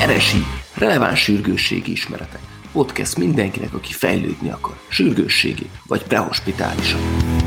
RSI, releváns sürgősségi ismeretek. Podcast mindenkinek, aki fejlődni akar, sürgősségi vagy prehospitálisan.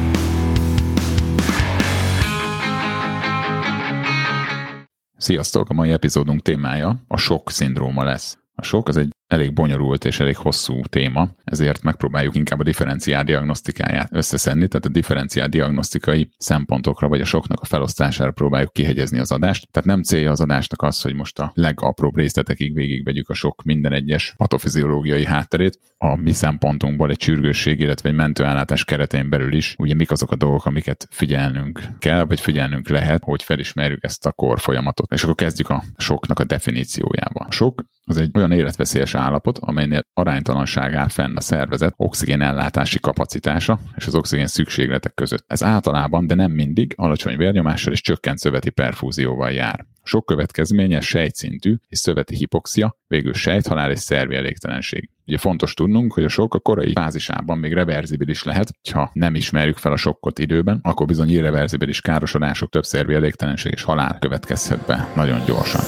Sziasztok! A mai epizódunk témája a SOC szindróma lesz. A SOC az egy elég bonyolult és elég hosszú téma, ezért megpróbáljuk inkább a differenciál diagnosztikáját összeszedni, tehát a differenciál diagnosztikai szempontokra vagy a SOC-nak a felosztására próbáljuk kihegyezni az adást. Tehát nem célja az adásnak az, hogy most a legapróbb részletekig végigvegyük a SOC minden egyes patofiziológiai hátterét. A mi szempontunkból egy sürgősség, illetve egy mentőellátás keretén belül is, ugye mik azok a dolgok, amiket figyelnünk kell, vagy figyelnünk lehet, hogy felismerjük ezt a kórfolyamatot. És akkor kezdjük a SOC-nak a definíciójával. A SOC az egy olyan életveszélyes állapot, amelynél aránytalanság áll fenn a szervezet oxigénellátási kapacitása és az oxigén szükségletek között. Ez általában, de nem mindig alacsony vérnyomással és csökkent szöveti perfúzióval jár. SOC következménye sejtszintű és szöveti hipoxia, végül sejthalál és szervi elégtelenség. Ugye fontos tudnunk, hogy a SOC a korai fázisában még reverzibilis lehet, ha nem ismerjük fel a sokkot időben, akkor bizony irreverzibilis károsodások, több szervi elégtelenség és halál következhet be nagyon gyorsan.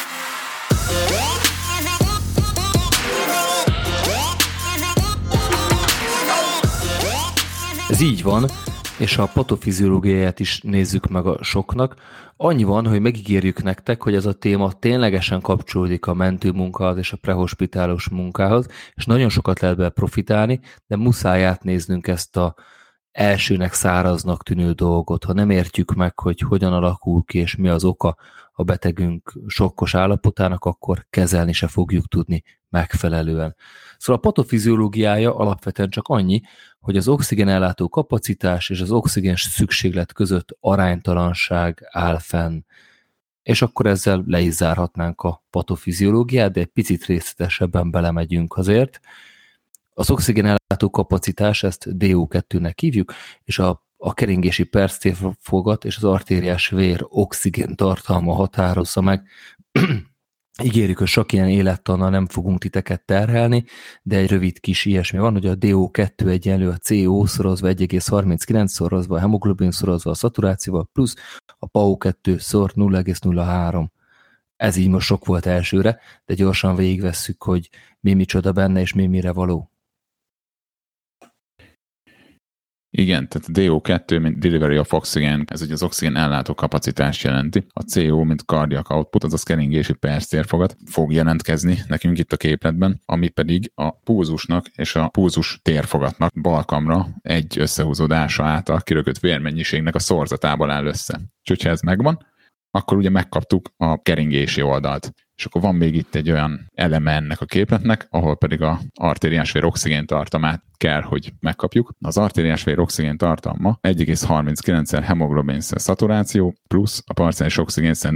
Ez így van, és a patofiziológiáját is nézzük meg a SOC-nak. Annyi van, hogy megígérjük nektek, hogy ez a téma ténylegesen kapcsolódik a mentőmunkához és a prehospitálos munkához, és nagyon sokat lehet belőle profitálni, de muszáj átnéznünk ezt a elsőnek száraznak tűnő dolgot. Ha nem értjük meg, hogy hogyan alakul ki és mi az oka a betegünk sokkos állapotának, akkor kezelni se fogjuk tudni megfelelően. Szóval a patofiziológiája alapvetően csak annyi, hogy az oxigénellátó kapacitás és az oxigén szükséglet között aránytalanság áll fenn. És akkor ezzel le is zárhatnánk a patofiziológiát, de egy picit részletesebben belemegyünk azért. Az oxigénellátó kapacitás, ezt DO2-nek hívjuk, és a keringési perctérfogat és az artériás vér oxigén tartalma határozza meg. Ígérjük, hogy sok ilyen élettannal nem fogunk titeket terhelni, de egy rövid kis ilyesmi van, hogy a DO2 egyenlő a CO szorozva 1,39 szorozva, a hemoglobin szorozva a szaturációval, plusz a PaO2 szor 0,03. Ez így most sok volt elsőre, de gyorsan végigvesszük, hogy mi micsoda benne és mi mire való. Igen, tehát a DO2, mint Delivery of Oxygen, ez ugye az oxigén ellátó kapacitást jelenti. A CO, mint Cardiac Output, azaz keringési perctérfogat fog jelentkezni nekünk itt a képletben, ami pedig a pulzusnak és a pulzus térfogatnak balkamra egy összehúzódása által kirögött vérmennyiségnek a szorzatából áll össze. És hogyha ez megvan, akkor ugye megkaptuk a keringési oldalt. És akkor van még itt egy olyan eleme ennek a képletnek, ahol pedig az artériás vér oxigén tartalmát kell, hogy megkapjuk. Az artériás vér oxigén tartalma 1,39-szer hemoglobin-szer szaturáció, plusz a parciális oxigénszer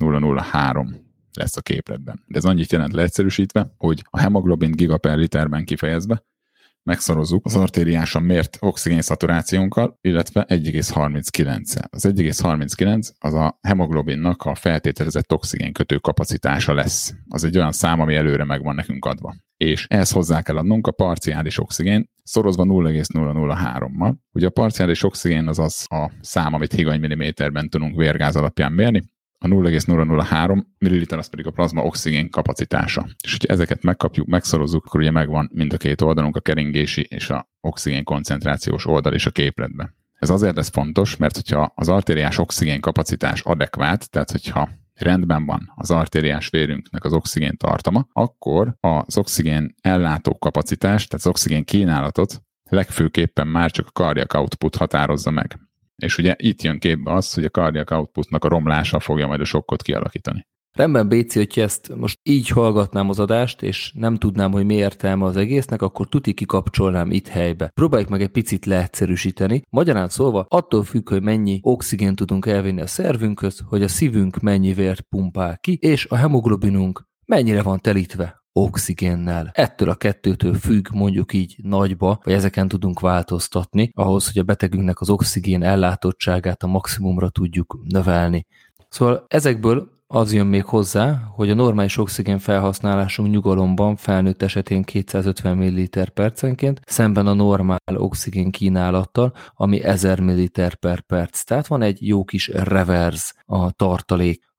0,003 lesz a képletben. De ez annyit jelent leegyszerűsítve, hogy a hemoglobin giga per literben kifejezve megszorozzuk az artériásan mért oxigénszaturációnkkal, illetve 1,39-szel. Az 1,39 az a hemoglobinnak a feltételezett oxigénkötő kapacitása lesz. Az egy olyan szám, ami előre meg van nekünk adva. És ehhez hozzá kell adnunk a parciális oxigén, szorozva 0,003-mal. Ugye a parciális oxigén az az a szám, amit higany milliméterben tudunk vérgáz alapján mérni, a 0,003 ml az pedig a plazma oxigén kapacitása. És hogyha ezeket megkapjuk, megszorozzuk, akkor ugye megvan mind a két oldalunk, a keringési és a oxigén koncentrációs oldal is a képletben. Ez azért lesz fontos, mert hogyha az artériás oxigén kapacitás adekvát, tehát hogyha rendben van az artériás vérünknek az oxigén tartama, akkor az oxigén ellátó kapacitás, tehát az oxigén kínálatot legfőképpen már csak a cardiac output határozza meg. És ugye itt jön képbe az, hogy a cardiac outputnak a romlása fogja majd a sokkot kialakítani. Rendben, Béci, hogyha ezt most így hallgatnám az adást, és nem tudnám, hogy mi értelme az egésznek, akkor tuti kikapcsolnám itt helybe. Próbáljuk meg egy picit leegyszerűsíteni. Magyarán szólva, attól függ, hogy mennyi oxigént tudunk elvinni a szervünkhöz, hogy a szívünk mennyi vért pumpál ki, és a hemoglobinunk mennyire van telítve oxigénnel. Ettől a kettőtől függ, mondjuk így nagyba, vagy ezeken tudunk változtatni, ahhoz, hogy a betegünknek az oxigén ellátottságát a maximumra tudjuk növelni. Szóval ezekből az jön még hozzá, hogy a normális oxigén felhasználásunk nyugalomban felnőtt esetén 250 ml percenként, szemben a normál oxigén kínálattal, ami 1000 ml per perc. Tehát van egy jó kis reverz a tartalék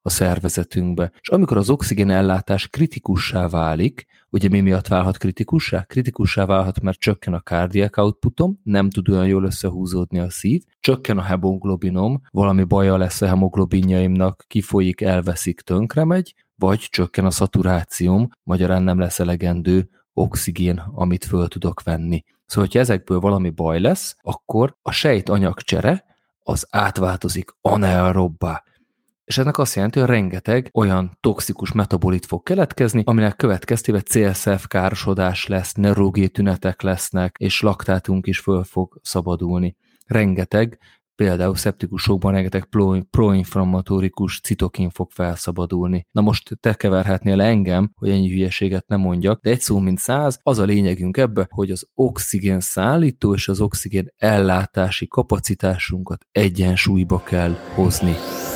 a szervezetünkbe. És amikor az oxigén ellátás kritikussá válik, ugye mi miatt válhat kritikussá? Kritikussá válhat, mert csökken a cardiac outputom, nem tud olyan jól összehúzódni a szív, csökken a hemoglobinom, valami baja lesz a hemoglobinjaimnak, kifolyik, elveszik, tönkremegy, vagy csökken a szaturációm, magyarán nem lesz elegendő oxigén, amit föl tudok venni. Szóval, hogyha ezekből valami baj lesz, akkor a sejtanyagcsere az átváltozik anaerobbá. És ennek azt jelenti, hogy rengeteg olyan toxikus metabolit fog keletkezni, aminek következtében célszerv károsodás lesz, neurológiai tünetek lesznek, és laktátunk is föl fog szabadulni. Rengeteg, például szeptikusokban rengeteg proinflammatórikus citokin fog felszabadulni. Na most te keverhetnél le engem, hogy ennyi hülyeséget nem mondjak, de egy szó mint 100, az a lényegünk ebbe, hogy az oxigén szállító és az oxigén ellátási kapacitásunkat egyensúlyba kell hozni.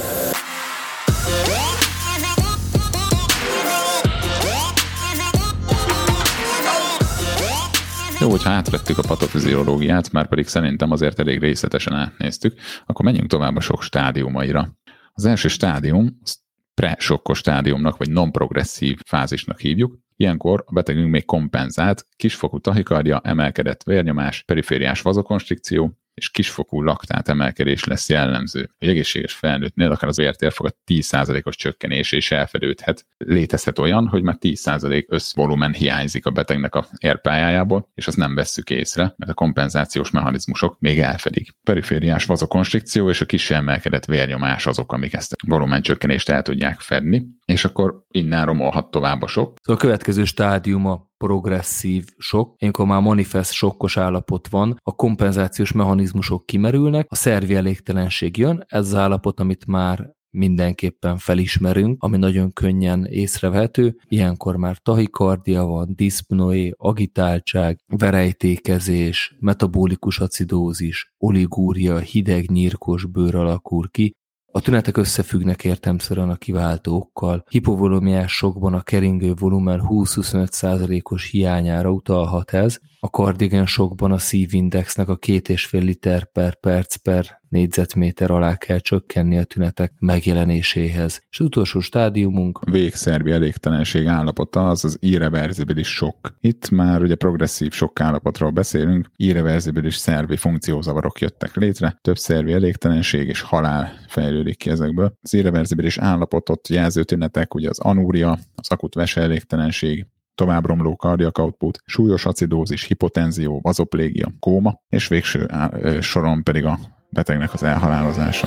Jó, hogyha átvettük a patofiziológiát, már pedig szerintem azért elég részletesen átnéztük, akkor menjünk tovább a sok stádiumaira. Az első stádium, pre-sokkos stádiumnak, vagy non-progresszív fázisnak hívjuk. Ilyenkor a betegünk még kompenzált, kisfokú tachikardia, emelkedett vérnyomás, perifériás vazokonstrikció, és kisfokú laktát emelkedés lesz jellemző. Egy egészséges felnőttnél akár az vértérfogat 10%-os csökkenés is elfedődhet. Létezhet olyan, hogy már 10% összvolumen hiányzik a betegnek a érpályájából, és azt nem vesszük észre, mert a kompenzációs mechanizmusok még elfedik. Perifériás vazokonstrikció és a kis emelkedett vérnyomás azok, amik ezt a volumen csökkenést el tudják fedni, és akkor innen romolhat tovább a sok. Szóval a következő stádium a progresszív sok, amikor már manifest sokkos állapot van, a kompenzációs mechanizmusok kimerülnek, a szervi elégtelenség jön, ez az állapot, amit már mindenképpen felismerünk, ami nagyon könnyen észrevehető, ilyenkor már tachikardia van, diszpnoé, agitáltság, verejtékezés, metabolikus acidózis, oligúria, hideg nyírkos bőr alakul ki. A tünetek összefüggnek értelemszerűen a kiváltó okkal. Hipovolumiás sokban a keringő volumen 20-25%-os hiányára utalhat ez. A kardiogén sokban a szívindexnek a 2,5 liter per perc per négyzetméter alá kell csökkenni a tünetek megjelenéséhez. És az utolsó stádiumunk végszervi elégtelenség állapota, az az irreverzibilis sok. Itt már ugye progresszív sok állapotról beszélünk, irreverzibilis szervi funkciózavarok jöttek létre, több szervi elégtelenség és halál fejlődik ki ezekből. Az irreverzibilis állapotot jelző tünetek, ugye az anúria, az akut veseelégtelenség, továbbromló cardiac output, súlyos acidózis, hipotenzió, vazoplégia, kóma, és végső soron pedig a betegnek az elhalálozása.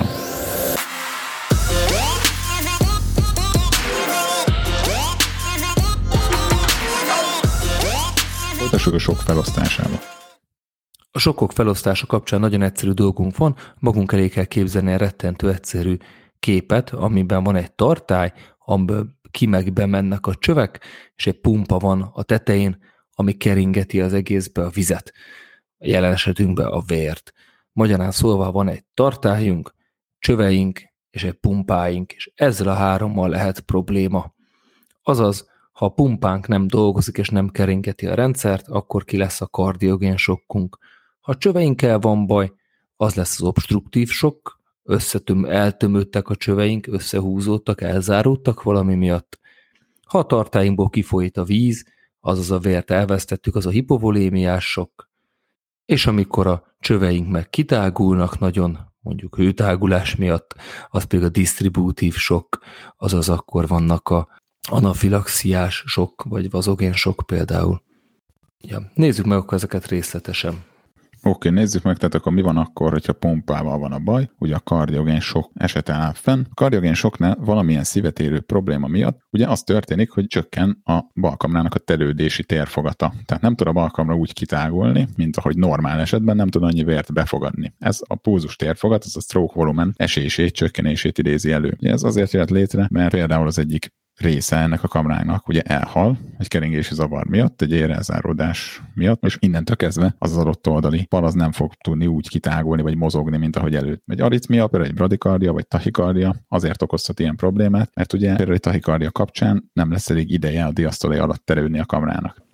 Folytassuk a sok felosztásába. A sokkok felosztása kapcsán nagyon egyszerű dolgunk van, magunk elé kell képzelni egy rettentő egyszerű képet, amiben van egy tartály, amiből kimegbe mennek a csövek, és egy pumpa van a tetején, ami keringeti az egészbe a vizet, jelen esetünkben a vért. Magyarán szólva van egy tartályunk, csöveink és egy pumpáink, és ezzel a hárommal lehet probléma. Azaz, ha a pumpánk nem dolgozik és nem keringeti a rendszert, akkor ki lesz a kardiogén sokkunk. Ha a csöveinkkel van baj, az lesz az obstruktív sok, eltömődtek a csöveink, összehúzódtak, elzáródtak valami miatt. Ha a tartályunkból kifolyt a víz, azaz a vért elvesztettük, az a hipovolémiás sok. És amikor a csöveink meg kitágulnak nagyon, mondjuk hőtágulás miatt, az pedig a disztribútív sok, azaz akkor vannak a anafilaxiás sok, vagy vazogén sok például. Ja, nézzük meg akkor ezeket részletesen. Oké, nézzük meg, tehát akkor mi van akkor, hogyha pumpával van a baj, ugye a kardiogén sok esete áll fenn. A kardiogén soknál valamilyen szívet érő probléma miatt ugye az történik, hogy csökken a balkamrának a telődési térfogata. Tehát nem tud a balkamra úgy kitágulni, mint ahogy normál esetben nem tud annyi vért befogadni. Ez a pulzus térfogat, ez a stroke volumen esését, csökkenését idézi elő. Ez azért jött létre, mert például az egyik része ennek a kamrának ugye elhal egy keringési zavar miatt, egy érelzáródás miatt, és innentől kezdve az adott oldali fal az nem fog tudni úgy kitágulni, vagy mozogni, mint ahogy előtt. Egy aritmia, például egy bradikardia, vagy tachikardia azért okozhat ilyen problémát, mert ugye például egy tachikardia kapcsán nem lesz elég ideje a diasztolé alatt terülni a kamrának.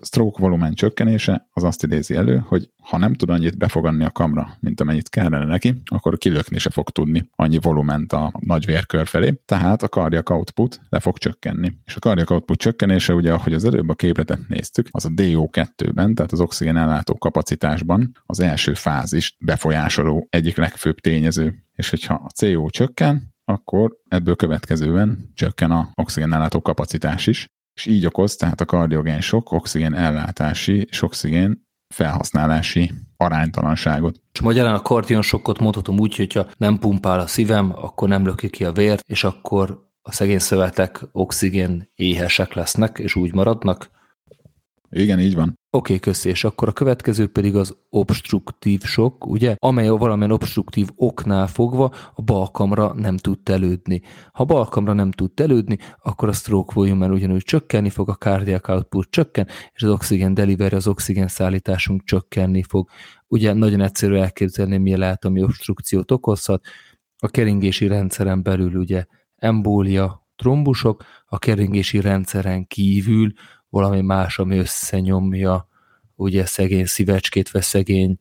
stroke volumen csökkenése az azt idézi elő, hogy ha nem tud annyit befogadni a kamra, mint amennyit kellene neki, akkor kilökni se fog tudni annyi volument a nagy vérkör felé, tehát a cardiac output le fog csökkenni. És a cardiac output csökkenése, ugye, ahogy az előbb a képletet néztük, az a DO2-ben, tehát az oxigén ellátó kapacitásban az első fázist befolyásoló egyik legfőbb tényező. És hogyha a CO csökken, akkor ebből következően csökken a oxigén ellátó kapacitás is, és így okoz tehát a kardiogén sok oxigén ellátási és oxigén felhasználási aránytalanságot. És magyarán a kardionsokkot mondhatom úgy, hogyha nem pumpál a szívem, akkor nem löki ki a vért, és akkor a szegény szövetek oxigén éhesek lesznek, és úgy maradnak. Igen, így van. Oké, köszi, és akkor a következő pedig az obstruktív sok, ugye, amely valamilyen obstruktív oknál fogva a balkamra nem tud telődni. Ha a balkamra nem tud telődni, akkor a stroke volume ugyanúgy csökkenni fog, a cardiac output csökken, és az oxigén delivery, az oxigén szállításunk csökkenni fog. Ugye nagyon egyszerű elképzelni, mi lehet, ami obstrukciót okozhat. A keringési rendszeren belül ugye embólia, trombusok, a keringési rendszeren kívül valami más, ami összenyomja ugye szegény szívecskét, vagy szegény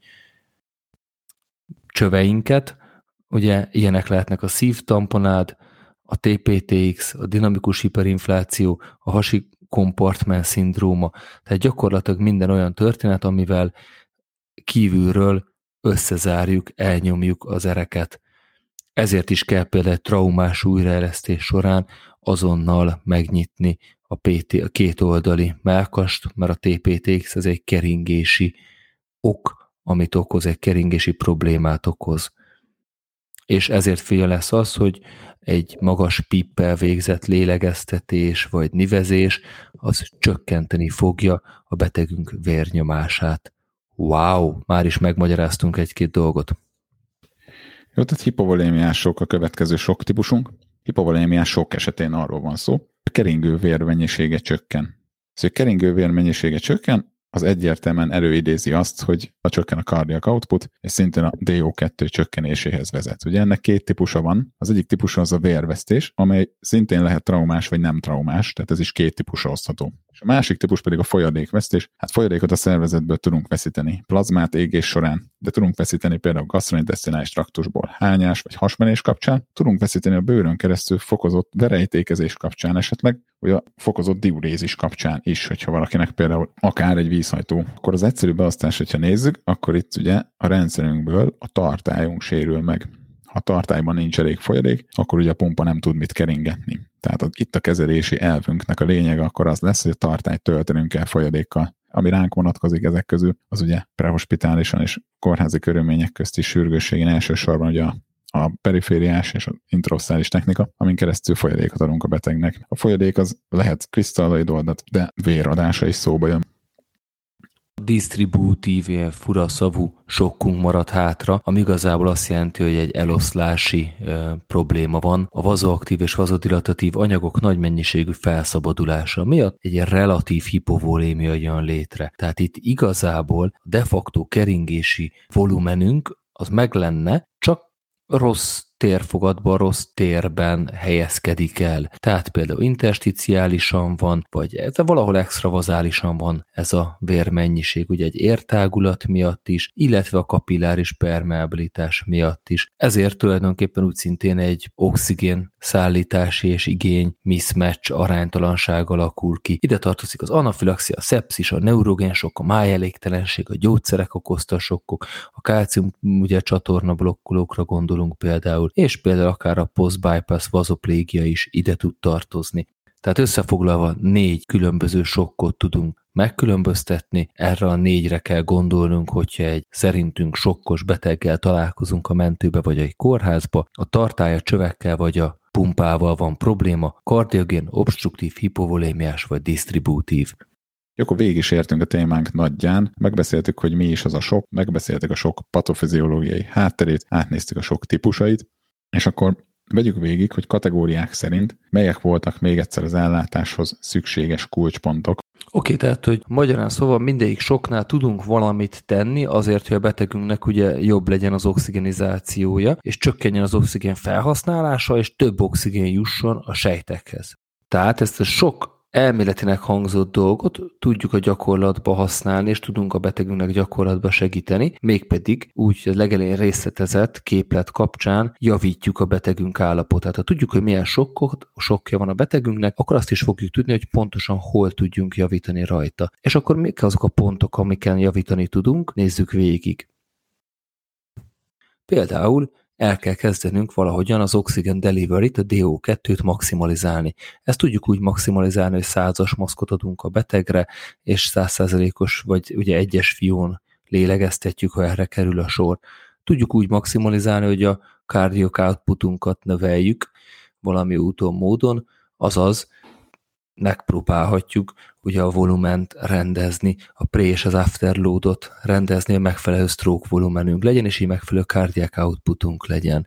csöveinket. Ugye ilyenek lehetnek a szívtamponád, a TPTX, a dinamikus hiperinfláció, a hasi kompartment szindróma. Tehát gyakorlatilag minden olyan történet, amivel kívülről összezárjuk, elnyomjuk az ereket. Ezért is kell például egy traumás újraélesztés során azonnal megnyitni a kétoldali mellkast, mert a TPTX ez egy keringési ok, amit okoz, egy keringési problémát okoz. És ezért fél lesz az, hogy egy magas pippel végzett lélegeztetés vagy nivezés, az csökkenteni fogja a betegünk vérnyomását. Wow, már is megmagyaráztunk egy-két dolgot. Jó, tehát hipovolémiás sok a következő sok típusunk. Hipovolémiás sok esetén arról van szó, a keringő vérmennyisége csökken. Szóval a keringő vérmennyisége csökken, az egyértelműen előidézi azt, hogy csökken a cardiac output, és szintén a DO2 csökkenéséhez vezet. Ugye ennek két típusa van. Az egyik típusa az a vérvesztés, amely szintén lehet traumás vagy nem traumás, tehát ez is két típusra osztható. És a másik típus pedig a folyadékvesztés. Hát folyadékot a szervezetből tudunk veszíteni plazmát égés során, de tudunk veszíteni például gastrointesztinális traktusból hányás vagy hasmenés kapcsán, tudunk veszíteni a bőrön keresztül fokozott verejtékezés kapcsán esetleg, vagy a fokozott diurézis kapcsán is, hogyha valakinek például akár egy vízhajtó. Akkor az egyszerű beosztás, hogyha nézzük, akkor itt ugye a rendszerünkből a tartályunk sérül meg. Ha a tartályban nincs elég folyadék, akkor ugye a pumpa nem tud mit keringetni. Tehát itt a kezelési elvünknek a lényege akkor az lesz, hogy a tartályt töltenünk kell folyadékkal. Ami ránk vonatkozik ezek közül, az ugye prehospitálisan és kórházi körülmények közti sürgősségén elsősorban ugye a perifériás és az intraosszális technika, amin keresztül folyadékot adunk a betegnek. A folyadék az lehet krisztalloid oldat, de véradása is szóba jön. Disztribútív, ilyen fura szavú sokkunk marad hátra, ami igazából azt jelenti, hogy egy eloszlási probléma van. A vazoaktív és vazodilatatív anyagok nagy mennyiségű felszabadulása miatt egy relatív hipovolémia jön létre. Tehát itt igazából de facto keringési volumenünk az meg lenne, csak rossz térfogatban, rossz térben helyezkedik el. Tehát például intersticiálisan van, vagy valahol extravazálisan van ez a vérmennyiség, ugye egy értágulat miatt is, illetve a kapilláris permeabilitás miatt is. Ezért tulajdonképpen úgy szintén egy oxigén szállítási és igény mismatch aránytalanság alakul ki. Ide tartozik az anafilaxia, a szepszis, a neurogén sok, a májelégtelenség, a gyógyszerek okozta sokkok, a kálcium ugye csatorna blokkolókra gondolunk például, és például akár a post-bypass vazoplégia is ide tud tartozni. Tehát összefoglalva 4 különböző sokkot tudunk megkülönböztetni, erre a 4-re kell gondolnunk, hogyha egy szerintünk sokkos beteggel találkozunk a mentőbe vagy egy kórházba, a tartálya csövekkel vagy a pumpával van probléma, kardiogén, obstruktív, hipovolémiás vagy disztribútív. Akkor végig is értünk a témánk nagyján, megbeszéltük, hogy mi is az a sok, megbeszéltük a sok patofiziológiai hátterét, átnéztük a sok típusait, és akkor vegyük végig, hogy kategóriák szerint melyek voltak még egyszer az ellátáshoz szükséges kulcspontok. Oké, tehát, hogy magyarán szóval mindegyik soknál tudunk valamit tenni azért, hogy a betegünknek ugye jobb legyen az oxigenizációja, és csökkenjen az oxigén felhasználása, és több oxigén jusson a sejtekhez. Tehát ezt a sok elméletinek hangzott dolgot tudjuk a gyakorlatba használni, és tudunk a betegünknek gyakorlatba segíteni, mégpedig úgy, hogy a legelején részletezett képlet kapcsán javítjuk a betegünk állapotát. Ha tudjuk, hogy milyen sokkja van a betegünknek, akkor azt is fogjuk tudni, hogy pontosan hol tudjunk javítani rajta. És akkor mik azok a pontok, amiken javítani tudunk, nézzük végig. Például el kell kezdenünk valahogyan az Oxygen Delivery-t, a DO2-t maximalizálni. Ezt tudjuk úgy maximalizálni, hogy 100-as maszkot adunk a betegre, és 100%-os vagy ugye egyes fión lélegeztetjük, ha erre kerül a sor. Tudjuk úgy maximalizálni, hogy a cardiac outputunkat növeljük valami úton, módon, azaz megpróbálhatjuk ugye a volument rendezni, a pre- és az afterloadot rendezni, hogy megfelelő stroke volumenünk legyen, és így megfelelő cardiac outputunk legyen.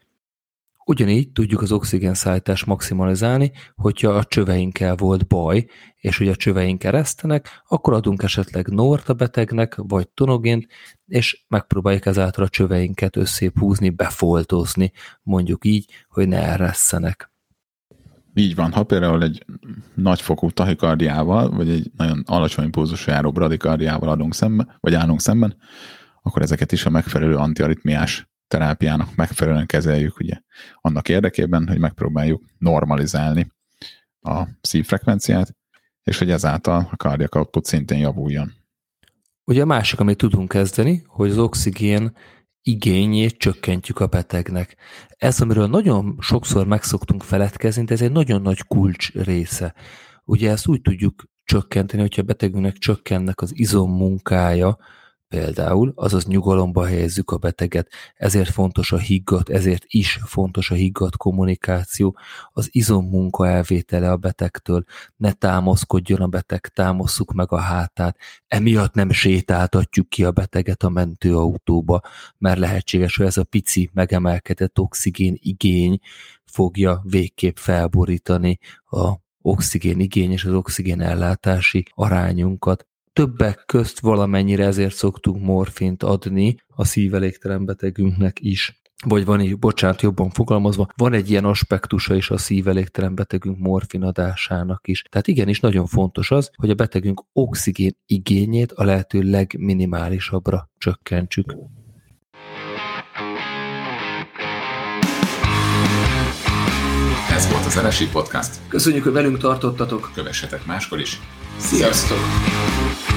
Ugyanígy tudjuk az oxigénszállítást maximalizálni, hogyha a csöveinkkel volt baj, és hogy a csöveink eresztenek, akkor adunk esetleg nort a betegnek, vagy tonogént, és megpróbáljuk ezáltal a csöveinket összébb húzni, befoltozni, mondjuk így, hogy ne eresszenek. Így van, ha például egy nagyfokú tahikardiával, vagy egy nagyon alacsony impulzusú járó bradikardiával adunk szembe, vagy állunk szemben, akkor ezeket is a megfelelő antiaritmiás terápiának megfelelően kezeljük, ugye, annak érdekében, hogy megpróbáljuk normalizálni a szívfrekvenciát, és hogy ezáltal a cardiac output szintén javuljon. Ugye a másik, amit tudunk kezdeni, hogy az oxigén igényét csökkentjük a betegnek. Ez, amiről nagyon sokszor meg szoktunk feledkezni, de ez egy nagyon nagy kulcs része. Ugye ezt úgy tudjuk csökkenteni, hogyha a betegünknek csökkennek az izommunkája, például, azaz nyugalomba helyezzük a beteget, ezért fontos a higgadt, ezért is fontos a higgadt kommunikáció, az izommunka elvétele a betegtől, ne támaszkodjon a beteg, támasszuk meg a hátát, emiatt nem sétáltatjuk ki a beteget a mentőautóba, mert lehetséges, hogy ez a pici megemelkedett oxigén igény fogja végképp felborítani a oxigén igény és az oxigén ellátási arányunkat. Többek közt valamennyire ezért szoktunk morfint adni a szívelégtelen betegünknek is. Vagy van, jobban fogalmazva, van egy ilyen aspektusa is a szívelégtelen betegünk morfinadásának is. Tehát igenis nagyon fontos az, hogy a betegünk oxigén igényét a lehető legminimálisabbra csökkentsük. Ez volt az RSI Podcast. Köszönjük, hogy velünk tartottatok. Kövessetek máskor is. Sziasztok!